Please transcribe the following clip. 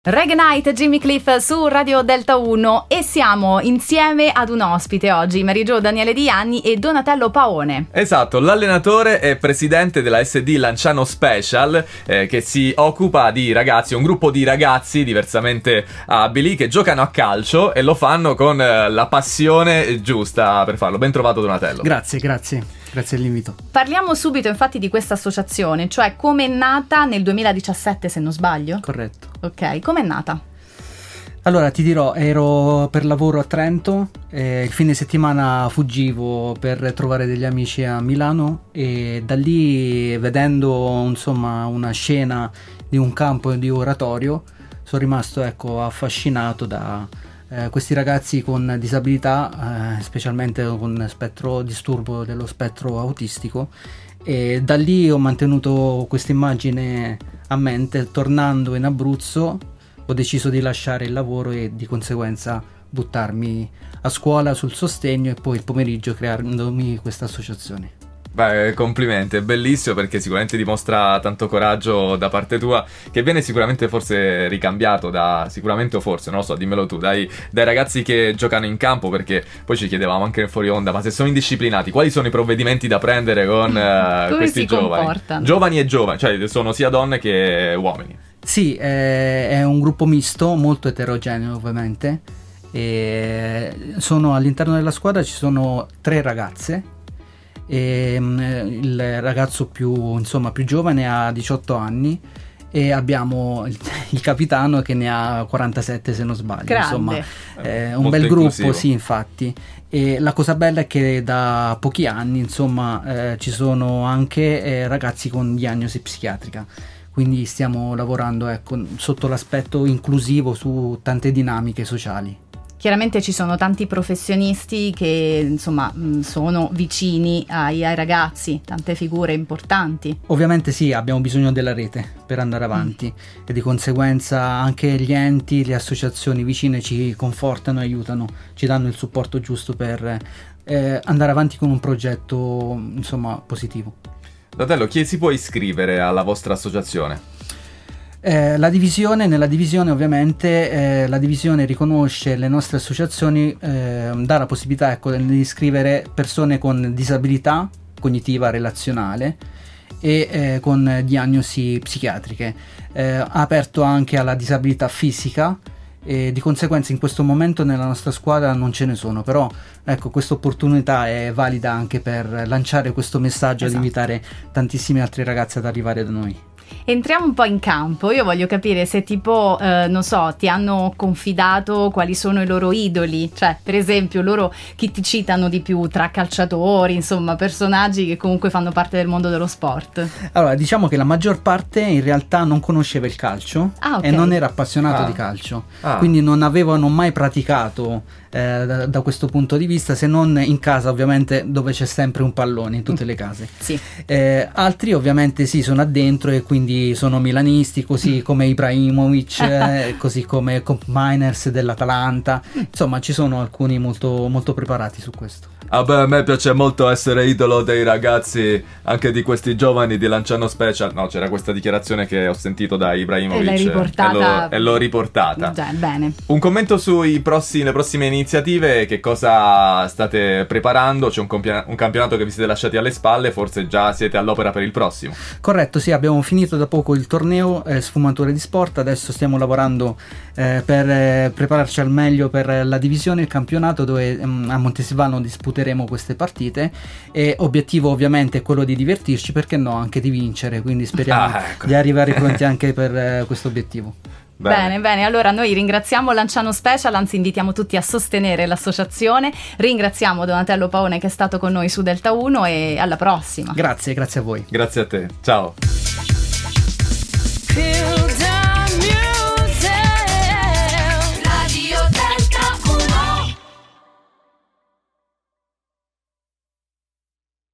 Reggae Night, Jimmy Cliff su Radio Delta 1 e siamo insieme ad un ospite oggi, Mary Jo, Daniele Di Anni e Donatello Paone. Esatto, l'allenatore e presidente della SD Lanciano Special che si occupa di ragazzi, un gruppo di ragazzi diversamente abili che giocano a calcio e lo fanno con la passione giusta per farlo. Ben trovato Donatello. Grazie dell'invito. Parliamo subito infatti di questa associazione, cioè come è nata nel 2017 se non sbaglio? Corretto. Ok, come è nata? Allora ti dirò, ero per lavoro a Trento, il fine settimana fuggivo per trovare degli amici a Milano e da lì, vedendo insomma una scena di un campo di oratorio, sono rimasto affascinato da questi ragazzi con disabilità, specialmente con disturbo dello spettro autistico, e da lì ho mantenuto questa immagine a mente. Tornando in Abruzzo ho deciso di lasciare il lavoro e di conseguenza buttarmi a scuola sul sostegno e poi il pomeriggio creandomi questa associazione. Beh, complimenti, è bellissimo perché sicuramente dimostra tanto coraggio da parte tua, che viene sicuramente forse ricambiato sicuramente o forse, non lo so, dimmelo tu, dai ragazzi che giocano in campo, perché poi ci chiedevamo anche fuori onda, ma se sono indisciplinati, quali sono i provvedimenti da prendere con questi giovani e giovani, cioè sono sia donne che uomini? Sì, è un gruppo misto, molto eterogeneo ovviamente, e all'interno della squadra ci sono 3 ragazze. E il ragazzo più giovane ha 18 anni e abbiamo il capitano che ne ha 47 se non sbaglio. Grande. Insomma è un bel gruppo, sì, infatti. E la cosa bella è che da pochi anni ci sono anche ragazzi con diagnosi psichiatrica, quindi stiamo lavorando sotto l'aspetto inclusivo su tante dinamiche sociali. Chiaramente ci sono tanti professionisti che sono vicini ai ragazzi, tante figure importanti. Ovviamente sì, abbiamo bisogno della rete per andare avanti e di conseguenza anche gli enti, le associazioni vicine ci confortano, aiutano, ci danno il supporto giusto per andare avanti con un progetto positivo. Donatello, chi si può iscrivere alla vostra associazione? Nella divisione ovviamente la divisione riconosce le nostre associazioni, dà la possibilità di iscrivere persone con disabilità cognitiva relazionale e con diagnosi psichiatriche. Ha aperto anche alla disabilità fisica e di conseguenza in questo momento nella nostra squadra non ce ne sono, però questa opportunità è valida anche per lanciare questo messaggio, esatto, ad invitare tantissimi altri ragazzi ad arrivare da noi. Entriamo un po' in campo. Io voglio capire se tipo ti hanno confidato quali sono i loro idoli, cioè per esempio loro chi ti citano di più tra calciatori, personaggi che comunque fanno parte del mondo dello sport. Allora diciamo che la maggior parte in realtà non conosceva il calcio, okay, e non era appassionato di calcio, quindi non avevano mai praticato da questo punto di vista, se non in casa ovviamente, dove c'è sempre un pallone in tutte le case. Sì. Altri ovviamente sì, sono addentro e quindi sono milanisti, così come Ibrahimovic, così come Miners dell'Atalanta. Insomma ci sono alcuni molto, molto preparati su questo. A me piace molto essere idolo dei ragazzi, anche di questi giovani di Lanciano Special. No, c'era questa dichiarazione che ho sentito da Ibrahimovic e l'hai riportata. E l'ho riportata. Bene. Un commento sui le prossime iniziative, che cosa state preparando? C'è un campionato che vi siete lasciati alle spalle, forse già siete all'opera per il prossimo. Corretto, sì, abbiamo finito da poco il torneo Sfumature di Sport, adesso stiamo lavorando per prepararci al meglio per la divisione, il campionato, dove a Montesilvano disputeremo queste partite, e obiettivo ovviamente è quello di divertirci, perché no, anche di vincere, quindi speriamo di arrivare pronti anche per questo obiettivo. Bene, allora noi ringraziamo Lanciano Special, anzi invitiamo tutti a sostenere l'associazione, ringraziamo Donatello Paone che è stato con noi su Delta 1 e alla prossima. Grazie a voi. Grazie a te, ciao.